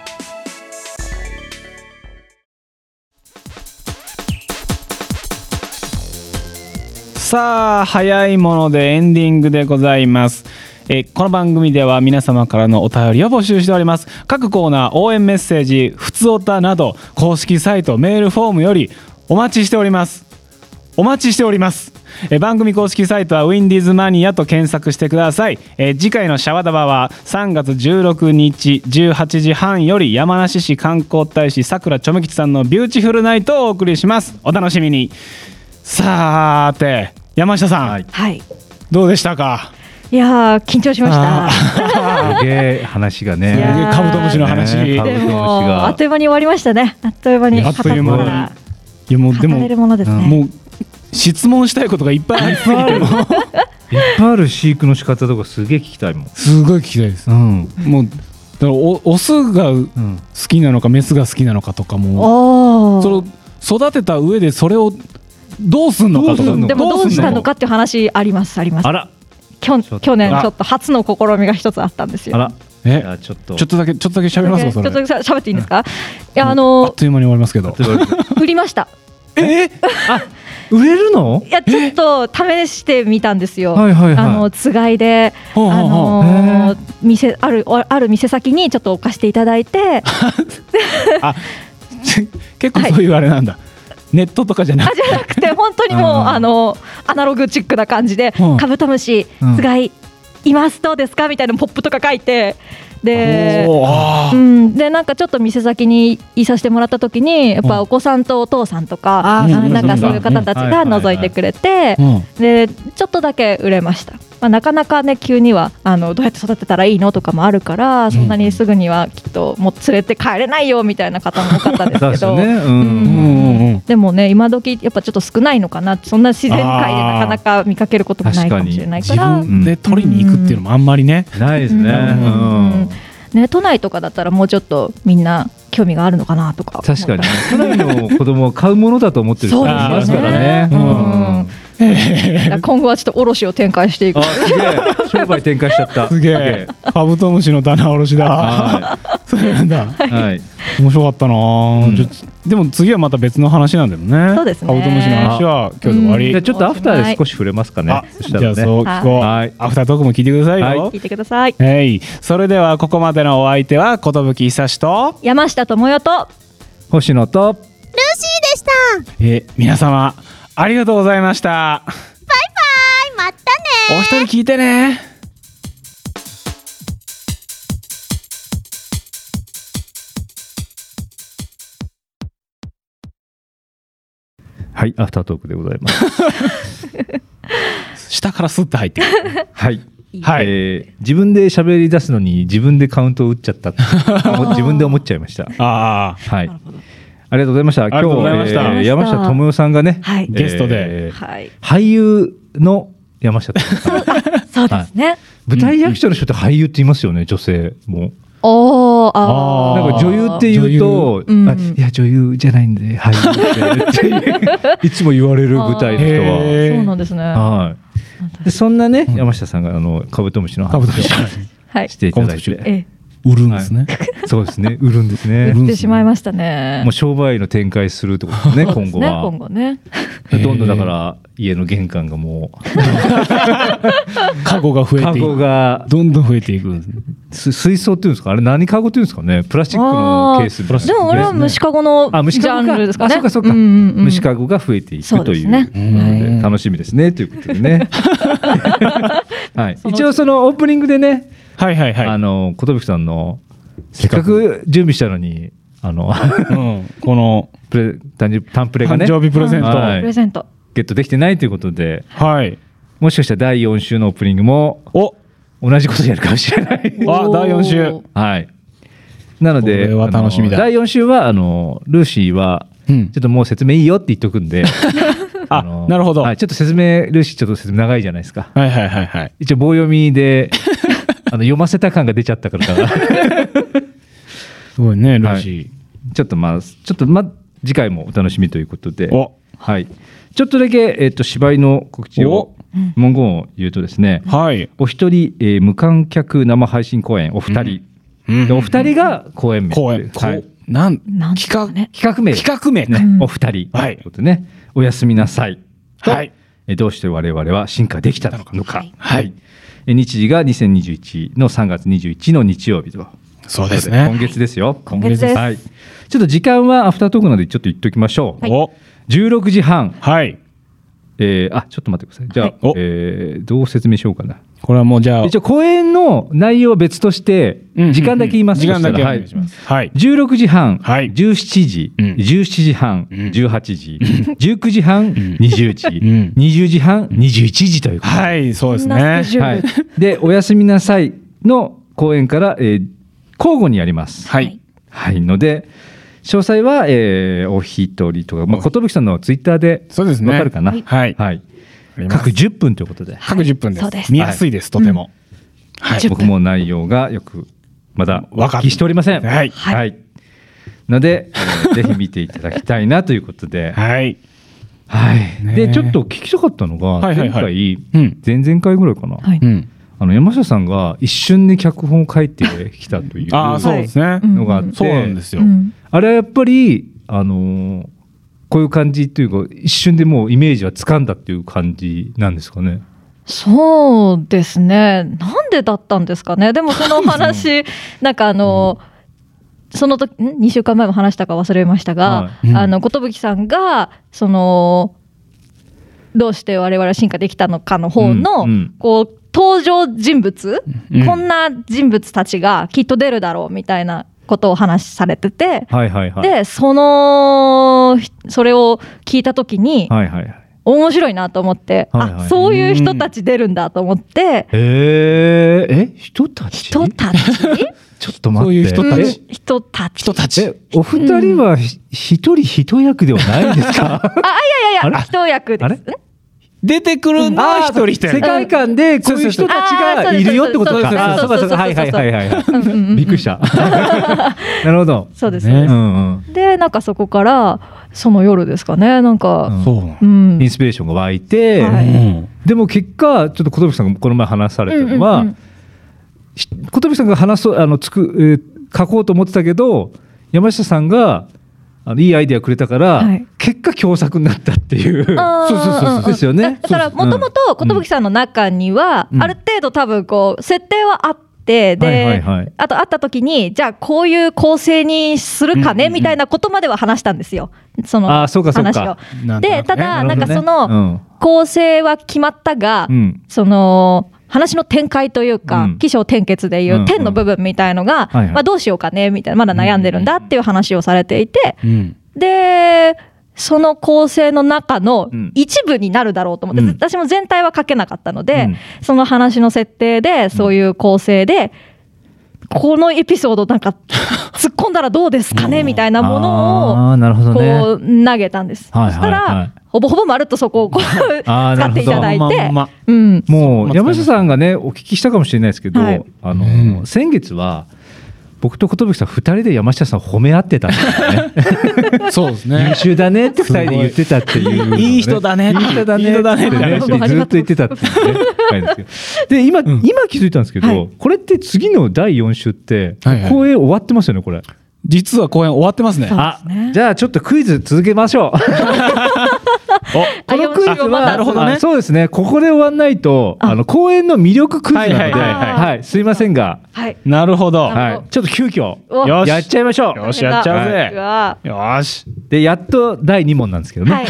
さあ早いものでエンディングでございます。えこの番組では皆様からのお便りを募集しております。各コーナー応援メッセージふつおたなど公式サイトメールフォームよりお待ちしておりますお待ちしておりますえ番組公式サイトはウィンディーズマニアと検索してください。え次回のシャワダバはさんがつじゅうろくにちじゅうはちじはんより山梨市観光大使さくらちょめきちさんのビューティフルナイトをお送りします。お楽しみに。さーて山下さん、はい、どうでしたか。 いやー緊張しましたすげえ話がね、 カブトムシの話、ね、 でもあっという間に終わりましたね。あっという間にあっという間に。いやもうでも語れるものですね、うん、 もう質問したいことがいっぱいありすぎてもいっぱいある飼育の仕方とかすげえ聞きたいもん。 すごい聞きたいです、うん、もうだからおオスが好きなのかメスが好きなのかとかも、その育てた上でそれをどうすんのかとか、でもどうしたのかっていう話ありますあります。 あら去年ちょっと初の試みが一つあったんですよ。 あらえちょっとちょっとだけちょっとだけ喋りますか。それちょっとだけ喋っていいんですか、うん、いやあのー、あっという間に終わりますけど売りました。 えー、 あ売れるの。 いやちょっと試してみたんですよ、はいはいはい、あのつがいで、あのー、店あるある店先にちょっと置かせていただいてあ結構そういうあれなんだ、はい、ネットとかじゃなくてあじゃなくて本当にもうあのアナログチックな感じで、うん、カブトムシつがいいますどうですかみたいなポップとか書いて、で、うん、でなんかちょっと店先にいさせてもらった時にやっぱお子さんとお父さんとか、うん、なんかそういう方たちが覗いてくれて、でちょっとだけ売れました。まあ、なかなかね急にはあのどうやって育てたらいいのとかもあるから、うん、そんなにすぐにはきっともう連れて帰れないよみたいな方も多かったですけどね、うんうん、でもね今時やっぱちょっと少ないのかな。そんな自然界でなかなか見かけることもないかもしれないから、 自分で取りに行くっていうのもあんまりね、 うん、ないですね、うんうんね、都内とかだったらもうちょっとみんな興味があるのかなとか。 確かに都内の子供を買うものだと思ってる人いますからね。 今後はちょっと卸を展開していく。 あすげえ商売展開しちゃった。 すげえカブトムシの棚卸しだ。そうなんだ、はい、面白かったな、うん、ちょでも次はまた別の話なんだよね。 そうですねカブトムシの話は今日で終わり。 じゃあちょっとアフターで少し触れますかね。 あそしたらね。 じゃあそう聞こう、 はいアフタートークも聞いてくださいよ。 はい聞いてください。 えい、それではここまでのお相手は寿久志と、 山下智代と星野とルーシーでした。 え皆様ありがとうございました。 バイバイ、またね。 お一人聞いてね。 はい、アフタートークでございます。 下からスッと入ってくる。 はい。 はい、 えー自分で喋り出すのに自分でカウントを打っちゃったって自分で思っちゃいました。 ああ、 はい。ありがとうございました。 ありがとうございました今日、えー山下智代さんがね、 はいえーゲストではい俳優の山下智代さん。 そうですね。 舞台役者の人って俳優って言いますよね、女性も。 おーあーなんか女優って言うと、 女優あいや女優じゃないんで俳優ってっていつも言われる舞台の人へは。 ーそうなんですね。 はい。でそんなね、山下さんがあのカブトムシの話をはいし。ていただいカブトムて、 え売るんですね。 そうですね、売るんですえ、 ね。 売ってしまいましたね。 もう商売の展開するってことですね、今後ね、 は。 今後ね。 どんどんだから家の玄関がもうカゴが増えカていく。 ゴがどんどん増えていくんですね。 す水槽っていうんですか、あれ何カゴっていうんですかね、プラスチックのケースみたいな。 でも俺は虫かごのあ虫ジャかごかンルですかね。 あそうかそうかんんうん虫かごが増えていくというそうですねことで楽しみですねということでね。はい、一応そのオープニングでね、 はいはいはい。 あの寿さんのせっかく準備したのにあのうん、このプレ誕生タンプレがね誕生日プレゼント。 ははいい。 プレゼント。 ゲットできてないということで、もしかしたらだいよん週のオープニングもお、 同じことやるかもしれない。 あ、だいよん週。 はい。なので、 これは楽しみだあのだいよん週はあのルーシーはうんちょっともう説明いいよって言っとくんで、 あのなるほどはい、ちょっと説明ルーシーちょっと説明長いじゃないですか。 はいはいはいはい。 一応棒読みであの読ませた感が出ちゃったからすごいね、ルーシちょっとまあちょっとまあ次回もお楽しみということで、 ー。お、 はい。ちょっとだけえっと芝居の告知をお文言を言うとですね、 はい。 お一人、えー無観客生配信公演お二人、 うんでお二人が公演名公演、こはいうなんなんですか企ね。 企画名画企画名ね、 ね。 お二人、 はいということでね、おやすみなさいと、 はいえーどうして我々は進化できたのか、 はいえー日時がにせんにじゅういちのさんがつにじゅういちの日曜日と。 そうです今ね。 月ですよ。 今月ですはい。ちょっと時間はアフタートークなのでちょっと言っておきましょう。 お、 じゅうろくじはん、 はい。 えーあちょっと待ってください。じゃあ、 はいおえーどう説明しようかな。 これはもうじゃあ、 一応公演の内容は別としてうん時間だけ言います。 時間だけおそしたら願いします。はい。 じゅうろくじはん、 はいじゅうしちじ、 うんじゅうしちじはん、 うんじゅうはちじ、じゅうくじはん、にじゅうじ、 んにじゅうじはん、にじゅういちじということで、 はい、そうですこんなねスケ。ジュールはい、で、おやすみなさいの公演から、えー交互にやります。 はい。 はい、ので、詳細は、えーお一人とか、まあ、寿さんのツイッターでそうですね。 わかるかな。 はい。 はい、 あります各じゅっぷんということで、 各じゅっぷんです。 そうです見やすいです、とても。はい。 僕も内容がよくまだお聞きしておりません。 はいはい。ので、えーぜひ見ていただきたいなということで、 はい。 はい。 ねで、ちょっと聞きたかったのが、 はいはいはい前回、 うん前々回ぐらいかな、 はい。 うん。 あの山下さんが一瞬で脚本を書いてきたというああ、そうですね。 うんのがあって、 そうなんですよう。んあれはやっぱり、あのーこういう感じというか、一瞬でもうイメージはつかんだっていう感じなんですかね。 そうですね。なんでだったんですかね。でもそのお話、なんかあの、その時、んにしゅうかんまえも話したか忘れましたが、 はうんあの、寿さんが、その、どうして我々は進化できたのかの方の、 うんうんこう、登場人物、 うんこんな人物たちがきっと出るだろうみたいなことをお話しされてて、 はいはいはい。 で、その、それを聞いた時に、 はいはいはい。 面白いなと思って、 はいはいあ、そういう人たち出るんだと思って、 えー、え人たち人たちちょっと待って。 そういう人たちうん人たち。 人たち。 え、お二人はひ一人一役ではないんですか？ あ、いやいやいや、一役であれす。 出てくるのは一人一人。 世界観でこういう人たちがいるよってことか。あ、そうかそうか。はいはいはいはいはい。 うんうんうんびっくりした。なるほど。 そうです。 ねうんうん。 で、なんかそこから、その夜ですかね、なんか、 そうなのうんインスピレーションが湧いて、 はいうんでも結果ちょっと寿さんがこの前話されたのは、 うんうんうんひ寿さんが話そうあのつく、えー書こうと思ってたけど山下さんがあのいいアイデアくれたから、 はい、 結果共作になったっていうそうそうそうですよね。 だからもともと寿さんの中には、うん、ある程度多分こう設定はあってで、はいはいはい、あと会った時にじゃあこういう構成にするかね、うんうん、みたいなことまでは話したんですよ、その話を。でただなんかその構成は決まったが、うん、その話の展開というか、うん、起承転結でいう点の部分みたいのが、うんうん、まあ、どうしようかねみたいな、まだ悩んでるんだっていう話をされていて、うん、でその構成の中の一部になるだろうと思って、うん、私も全体は書けなかったので、うん、その話の設定でそういう構成で、うん、このエピソードなんか突っ込んだらどうですかねみたいなものをこう投げたんです。そしたらほぼほぼまるっとそこをこう使っていただいて、うん、 もう山下さんがねお聞きしたかもしれないですけど、はい、あの、うん、先月は僕と寿さんふたりで山下さん褒め合ってたんですよね。そうですね。優秀だねってふたりで言ってたっていう、ね、 いい人だね、いい人だね、いい人だねってね、 ずっと言ってたっていうね。で今、うん、今気づいたんですけど、はい、これって次のだいよん週って、はいはい、公演終わってますよねこれ。 実は公演終わってますね。 あ、じゃあちょっとクイズ続けましょう。このクイズはなるほど、ね、そうですね、ここで終わんないとあの公演の魅力クイズなので、はいはいはいはいはい、すいませんが、はい、なるほど、はい、ちょっと急遽よしやっちゃいましょう。 よしやっちゃうぜ、はい、よし。 でやっとだいに問なんですけどね、はい、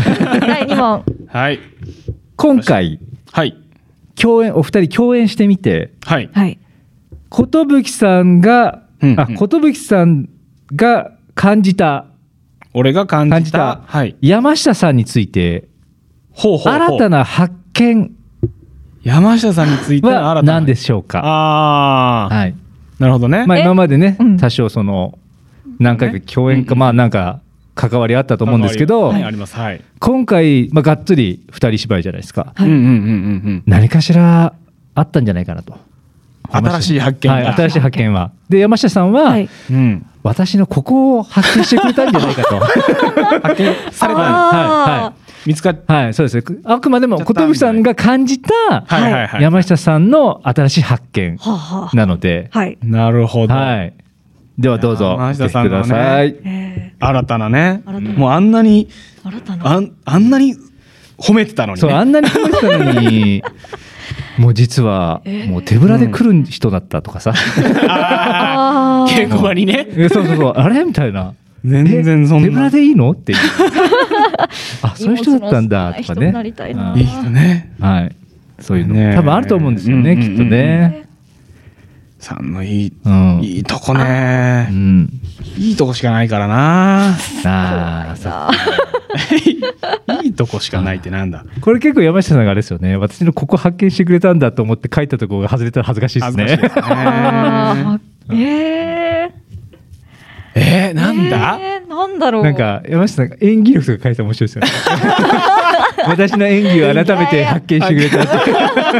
だいに問はい。 今回、はい、共演お二人共演してみて、はい、寿さんが、うんうん、あ寿さんが感じた俺が感じた、感じた、 はい、山下さんについてほうほうほう新たな発見山下さんについての新たな何でしょうか。 ああ、はい、なるほどね。 まあ、今までね、多少その何回か共演か、まあなんか関わりあったと思うんですけど、はい、あります、はい、今回、まあ、がっつりふたり芝居じゃないですか、はい、何かしらあったんじゃないかなと。 新しい発見、 はい、新しい発見はで山下さんは、はい、うん、私のここを発見してくれたんじゃないかと発見された、はいはい、見つかっはい、そうです。あくまでも寿さんが感じた山下さんの新しい発見なので、はい、 なるほど、はい、 ではどうぞ山下さんの、ね、ください、 えー、新たなね、もうあんなに新たな あ, あんなに褒めてたのに、ね、 そうあんなに褒めてたのにもう実はもう手ぶらで来る人だったとかさ、うん、 あ稽古場にね、 そうそうそう、あれみたいな、 全然そんな手ぶらでいいのっていうあ、そういう人だったんだとかね、 いい人ね、 はい、そういうの、ね、多分あると思うんですよね、うんうんうん、きっとね。 さんのいい、うん、いいとこね、うん、いいとこしかないからなあさいいとこしかないってなんだ。 これ結構山下さんがあれですよね、私のここ発見してくれたんだと思って書いたところが外れたら恥ずかしいですね。恥ずかしいですねえーえー、なんだ、 えー、なんだろう。 なんか山下さんが演技力とか書いたら面白いですよね私の演技を改めて発見してくれたって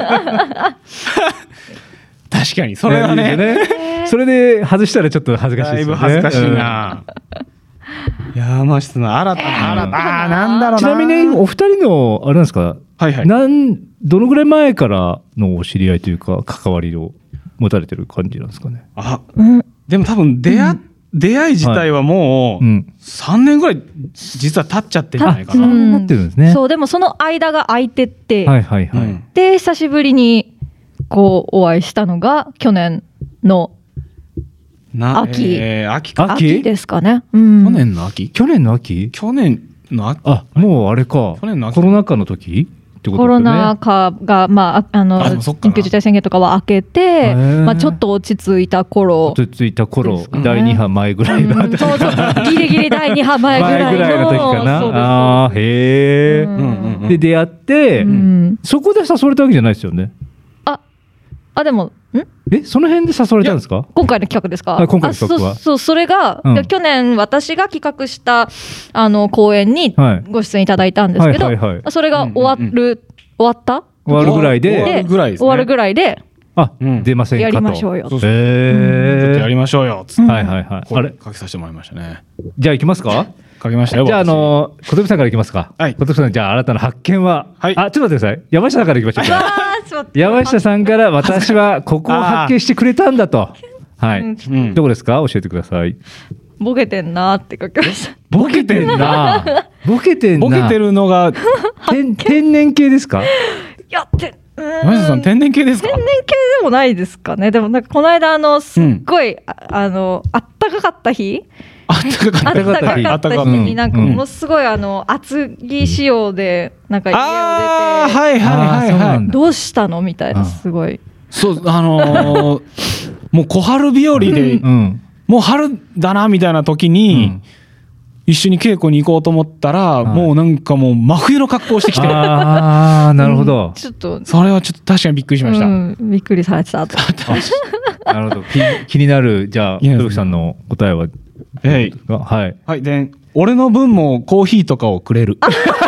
確かにそれは ね, ねそれで外したらちょっと恥ずかしいですよね。 だいぶ恥ずかしいな、うん、山下の新たな新たな、あー、なんだろうな。 ちなみにお二人のあれなんですか、はいはい、なんどのぐらい前からのお知り合いというか関わりを持たれてる感じなんですかね。 あ、うん、でも多分出会、うん、出会い自体はもうさんねんぐらい実は経っちゃってるんじゃないかな、 うん、なってるんですね。 そう、でもその間が空いてって、 はいはいはい、 で久しぶりにこうお会いしたのが去年の秋、 えー、秋か秋ですかね、 うん、去年の秋去年の秋去年の秋あ、もうあれか、去年の秋コロナ禍の時ってことですよね。 コロナ禍が、まあ、あの緊急事態宣言とかは明けて、まあ、ちょっと落ち着いた頃落ち着いた頃、ね、だいに波前ぐらいの、うん、 そうそうギリギリだいに波前ぐらい の, 前ぐらいの時かな。あー、へー、うんうん、で出会って、うん、そこで誘われたわけじゃないですよね。 ああでもんえその辺で誘われたんですか。 今回の企画ですか。 今回の企画はそ, そうそれが、うん、去年私が企画したあの公演にご出演いただいたんですけど、はいはいはいはい、それが終わる、うんうんうん、終わった終わるぐらいで終わるぐらいですね。 終わるぐらいであ、うん、出ませんかとやりましょうよ。 そうそう、えー、ちょっとやりましょうよつって、うん、 はいはいはい、 あれ書きさせてもらいましたね。 じゃあ行きますか。 書きましたよ。 じゃああの寿さんからいきますか。はい、寿さん、じゃあ新たな発見は、はい、あ、ちょっと待ってください、山下さんからいきましょうか。山下さんから私はここを発見してくれたんだとはい、うん、どこですか、教えてください。 ボケてんなって書きました。 ボケてんな。ボケてんな。 ボケてるのが天天然系ですか？ いやってうーん山下さん天然系ですか？ 天然系でもないですかね。でもなんかこの間あのすっごい、あ, あのあったかかった日、 あったかかあったかかった日になんかものすごいあの厚着仕様でなんか家をあー出て、 はいはいはいはい。 どうしたのみたいなすごい。 そうあのーもう小春日和で、 うん。 もう春だなみたいな時に、一緒に稽古に行こうと思ったら、もうなんかもう真冬の格好をしてきて、 ああ、なるほど。 ちょっと、 それはちょっと確かにびっくりしました。 うん、びっくりされてたと。 なるほど。き気になる、じゃあ、 いやトルクさんの答えは、 えいはい。 はい、で俺の分もコーヒーとかをくれる。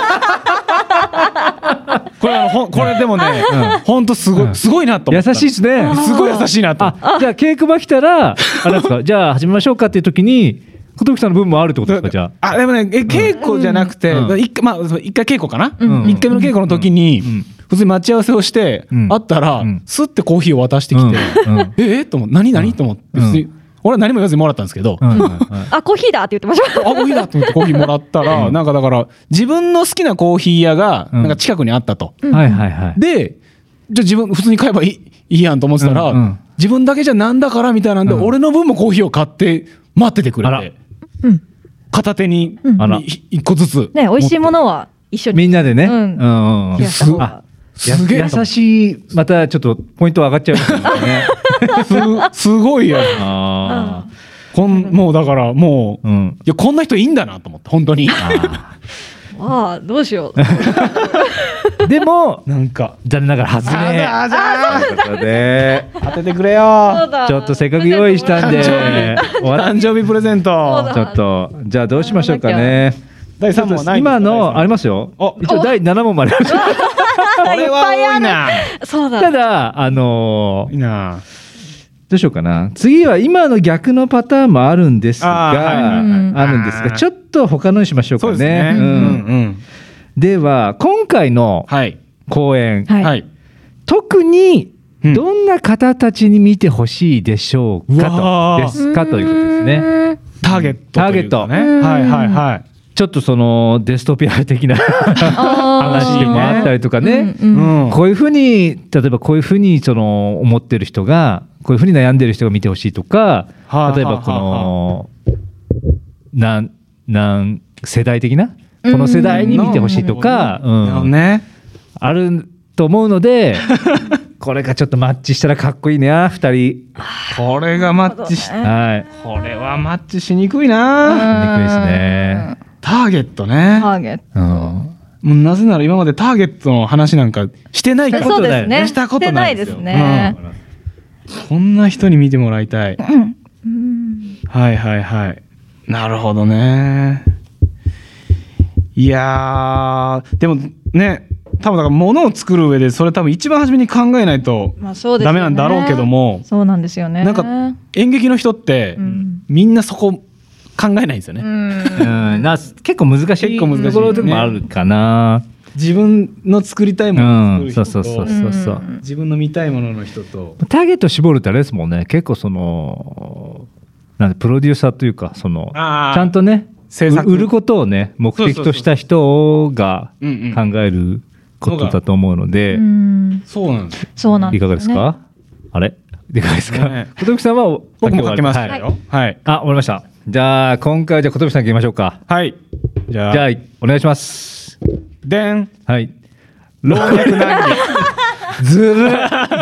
これあのほんこれでもね、本当すごいすごいなと思った。 優しいですね。 すごい優しいなと思った。 あ、じゃあ稽古場来たら、あれですか、じゃあ始めましょうかっていう時に、小峠さんの分もあるってことですか、じゃあ。 あでもねえ稽古じゃなくて、 うん一回まあ一回稽古かな。 うん一回目の稽古の時にうん普通に待ち合わせをしてうん会ったらうんスッてコーヒーを渡してきて、 うんうんええと思って何何と思ってうん普通に俺は何も言わずにもらったんですけど。 うんうんうんあ、コーヒーだって言ってました。 あコーヒーだと思ってコーヒーもらったら、 うんなんかだから自分の好きなコーヒー屋がうんなんか近くにあったと、 はいはいはい。 でじゃあ自分普通に買えばいいいいやんと思ってたら、 うんうん自分だけじゃなんだからみたいなんで、 うん俺の分もコーヒーを買って待っててくれあらて、 うん片手にあらい一個ずつね、美味しいものは一緒に。 みんなでね。 うんうんうんうんシェアした方がすげえや優しい、またちょっとポイント上がっちゃいますよね。 すすごいやんあこんもうだからもう、 あ。うん。 いやこんな人いいんだなと思って本当にあああ、どうしよう。 ーでも、 なんか残念ながら外れ。 あじゃあということで、 当ててくれよそうだちょっとせっかく用意したんで、終わ誕生日プレゼンそうトだちょっと、じゃあどうしましょうかね。 だいさん問はないんですか今のありますよお。 一応だいなな問まであります。 これは多いなそうだ。 ただ、あのーいいなどうしようかな。次は今の逆のパターンもあるんですが、 あーはいはいはいあるんですが、ちょっと他のにしましょうかそうですねね。うんうんうんでは、今回のはい公演、 はいはい特にうんどんな方たちに見てほしいでしょうかうわーと、ですかということですね。 ターゲットというかねターゲットはいはいはいちょっとそのデストピア的な話話でもあったりとかね、 うんうんうんこういうふうに例えばこういうふうにその思ってる人がこういうふうに悩んでる人が見てほしいとか、 はあ例えばこのなんなん世代的なこの世代に見てほしいとか、 なるほどうんねあると思うのでこれがちょっとマッチしたらかっこいいなふたり。 これがマッチしなるほはい、 これはマッチしにくいどなにくいですね。 ターゲットねターゲット。 うんもうなぜなら今までターゲットの話なんかしてないからそうですね。 したことないですよしてないですね。 こんな人に見てもらいたいうんうんはいはいはいなるほどねいやーでもね多分だから物を作る上でそれ多分一番初めに考えないとまあそうですよねダメなんだろうけどもそうなんですよね。 なんか演劇の人ってうんみんなそこ考えないんですよね、 うんうんな結構難しい結構難しいねところでもあるかな。 自分の作りたいものを作る人と、 うんそうそうそうそううん自分の見たいものの人とターゲット絞るってあれですもんね。結構そのなんでプロデューサーというかそのあーちゃんとね制作う売ることをね目的とした人がうん考うんえることだと思うので、 うんそうなんですよそうなんいかがですねか？あれいかがですか？ ね小峠さんは僕も書きましたはいよはいあ、終わりました。じゃあ今回はじゃあ小峠さん行きましょうか。 はいじゃあじゃあお願いします。 でんはい。 老若男女ずるいずるい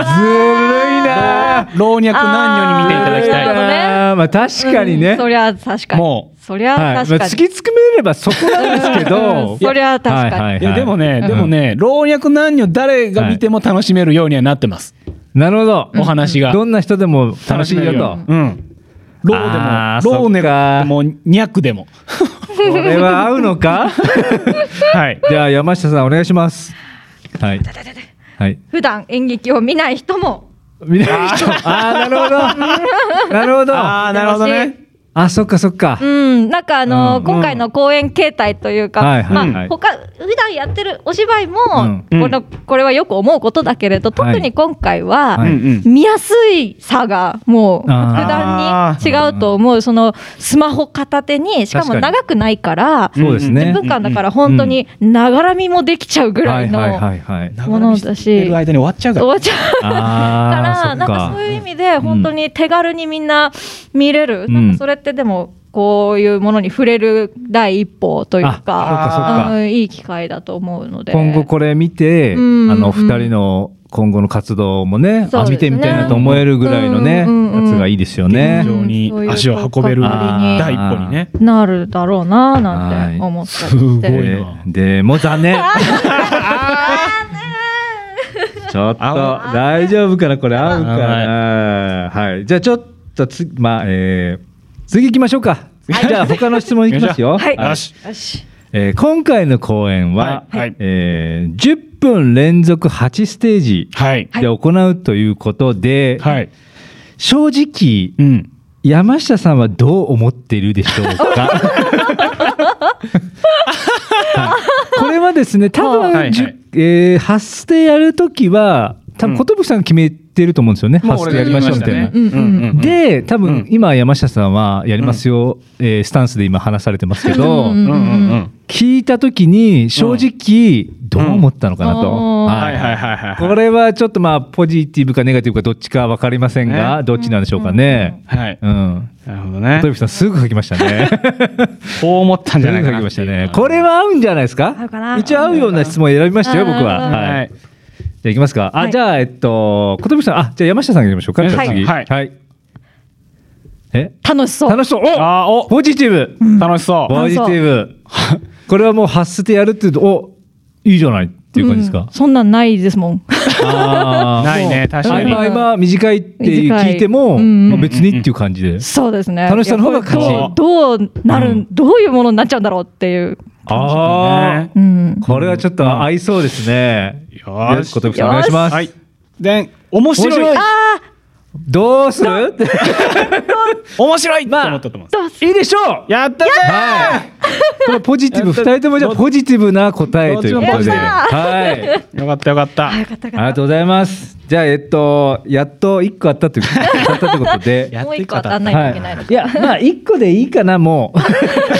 な。 老若男女に見ていただきたいあーなるほどねあーまあ確かにね。 うんそりゃ確かに。 もそりゃはい、まあ、 確かに。 突き詰めればそこなんですけうどんそりゃ確かにはいはいはいいやでもね、 うんでもね老若男女誰が見ても楽しめるようにはなってます、 なるほど、 お話がどんな人でも楽しいよと、 うん老でもあー老ねそっかでもニャクでもこれは合うのかはいじゃあ山下さんお願いします。はいはい普段演劇を見ない人も見ない人ああなるほどなるほどああなるほどねあ、そっかそっか。 うん、なんかあの、 うん今回の公演形態というか、 はいはいはいまあ他普段やってるお芝居も、 うんうんこのこれはよく思うことだけれど、特に今回は、 はいうんうん見やすいさがもう格あー段に違うと思う。そのスマホ片手にしかも確かに長くないからそうですね。 じゅっぷんかんだから本当にながらみもできちゃうぐらはいいのはいはいはい。 ものだし、 る間に終わっちゃうから終わっちゃうかあら、 あ、 なんかそういう意味で本当に手軽にみんな見れる、 うんなんかそれってでもこういうものに触れる第一歩というか、 あそうかそうかうんいい機会だと思うので、 今後これ見て、 うんあの二人の今後の活動もね、あそうですね見てみたいなと思えるぐらいのね、 うんうんうんやつがいいですよね非。常に足を運べる第一歩にね。 なるだろうななんて思ったりして、 すごいでなでも残念。ちょっとあ大丈夫かなこれ合うかな。はい。じゃあちょっとつまあ、えー次行きましょうか。じゃあ他の質問いきますよ。 はいよし。 よしえー今回の公演は、 はいはいえーじゅっぷん連続はちステージはい。 で行うということで、 はい。 正直うん。 山下さんはどう思っているでしょうか。はいこれはですね、多分、 はいはいじゅえー、ハスでやるときは、多分寿さんが決めてると思うんですよね、 もうハスでやりましょうみたいな。 俺が言いましたねうんうんで、多分、 うん今、山下さんはやりますよ、えースタンスで今話されてますけど、 うんうんうんうん。 聞いたときに、正直、どう思ったのかなと。 うんはいはいはいはい。 これはちょっとまあ、ポジティブかネガティブかどっちか分かりませんが、 ねどっちなんでしょうかね。 はい。 うん。 なるほどねト。ビさんすぐ書きましたね。 こう思ったんじゃないかなすぐ書きましたね。 ここれは合うんじゃないですか合うかな一応合うような質問を選びましたよ、 うん僕は。 うんは。 はいい。 じゃあいきますか。あ、 はいじゃあ、えっと、小飛さん、あ、じゃあ山下さんがやりましょうか。 はいじゃあ次。 はいはい。え楽しそう。 楽しそう。おあーおポジティブ。 楽しそう。 ポジティブ。これはもう発してやるっていうと、おいいじゃないっていう感じですかうん。そんなんないですもん。 あーないねもう確かに合間合間短いって聞いても、 短いうんまあ別にっていう感じで。 そうですね。 楽しさの方が勝ちいやこれどうどうなる、 うんどういうものになっちゃうんだろうっていう。 ああ、 うん。 これはちょっと合いそうですね。 よーし小飛さんお願いします。 はい。で、面白い。 面白いあどうする面白いって思ったと思う。 どうすいいでしょうやったぜはい。これポジティブ、 やった二人ともじゃあポジティブな答えということで。 どっちもポジティブはい。 ー。よかったよかったあ。よかったよかった。 ありがとうございます。じゃあ、えっと、やっと一個あったという、あったってことで。 やっもうていくか一個当たんないといけないのはい。いや、まあ、一個でいいかな、もう。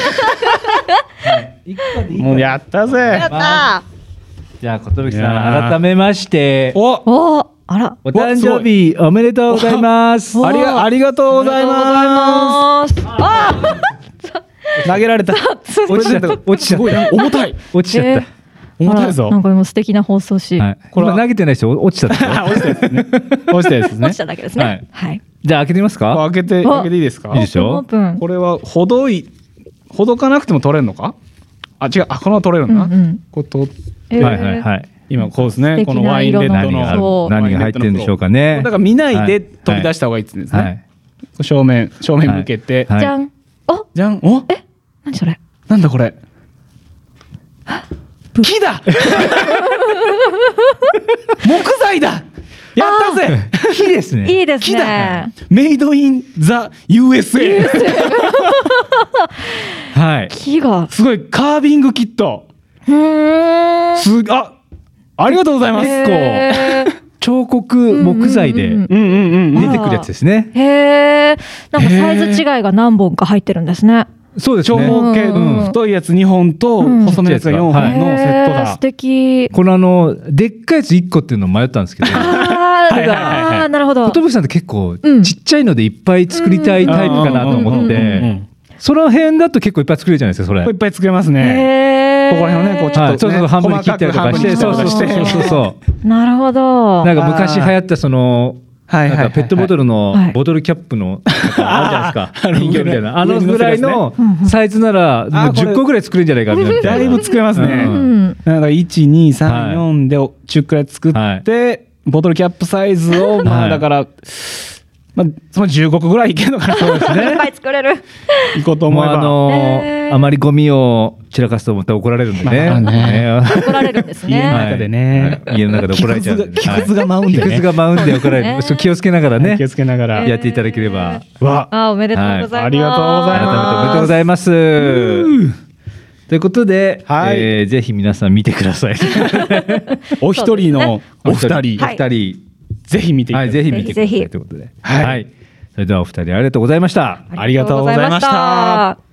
はい一個でいいかなもうやったやぜっ。たじゃあ、小峠いやさん、 ー改めまして。 お、 おあら。 お誕生日おめでとうございます。 おありがありがとうございまありがとうございます。あす。投げられた。 落ちちゃった。落ちちゃっすごいな重たい。 落ちちゃっ重たいぞあらなん。かもう素敵た放送し、 た。はい。 これはこれは投げてないですよ。落ちちゃった。 落ちたやつですね。落ちたやつですね。 落ちただけですね。 はいはい。 じゃあ、開けてみますか。 開けてあ開けていいですか。 いいですよオープン。 これはほどいほどかなくても取れるのか。あ違うあこのまま取れるんだな。 うんうんこう取っえーはいはいはい。 今こうですね。 素敵なこのワインレッド何があるのそう何が入ってるんでしょうかね。 だから見ないで取り出した方がいいって言うんですね。 はい。 正面正面向けて、 はいじゃん。おじゃんおえ何それ。 なんだこれ木だ木材だやったぜ木ですね。 いいです木だね。 メイドインザ ユーエスエーはい。 木が。 すごいカービングキットうーん。 すあありがとうございます、 へー彫刻木材でうんうんうんうんうん出てくるやつですね。 へえ。なんかサイズ違いが何本か入ってるんですね。 そうですね。 長方形、 うん太いやつにほんとうん細めのやつがよんほんのセットだ、 へー素敵。 このあのでっかいやついっこっていうのを迷ったんですけど、 あはいはいはいはいーあーなるほど。 寿さんって結構うんちっちゃいのでいっぱい作りたいタイプかなと思っうんうんうんうんうてん、 その辺だと結構いっぱい作れるじゃないですかそれ。 これいっぱい作れますねへーここら辺をねこうちょっとはい、そうそうそう半分に切ったりとかして、 細そうそうかく半分に切ったりとかしてそうそうそう。 なるほど。 なんか昔流行ったその。 はいはいはいなんかペットボトルのはいボトルキャップのなんかあるじゃないですか、 あー人形みたいなあの上に乗ぐらいせるやつねのうんうんサイズならもうあーこれじゅっこぐらい作れるんじゃないかみたいな。 だいぶ作れますね、 ううんん。 なんかいちにさんよんでじゅっくらい作って、 はいボトルキャップサイズをまはいあだから、まあそのじゅうごこぐらいいけるのかなそうですいっぱい作れる。 いこうと思えば、 もうあのーへーあまりゴミを散らかすと思ったら怒られるんでね。 まあね怒られるんです家のね。 中でね、 はい家の中で怒られちゃうんでね。 木くずが舞うんでね木くずが舞うんで怒られる。 そうですねそう気をつけながらね気をつけながら、 やっていただければ。 わあ、おめでとうございます。 はいありがとうござい改めてますおめでとうございます。ということで、 はいえーぜひ皆さん見てください。 お一人のお二人、 お二人、 ぜひ見てください、 はい、ぜひ見てくださいぜひぜひということで、 はいはい。それではお二人ありがとうございました。 ありがとうございました。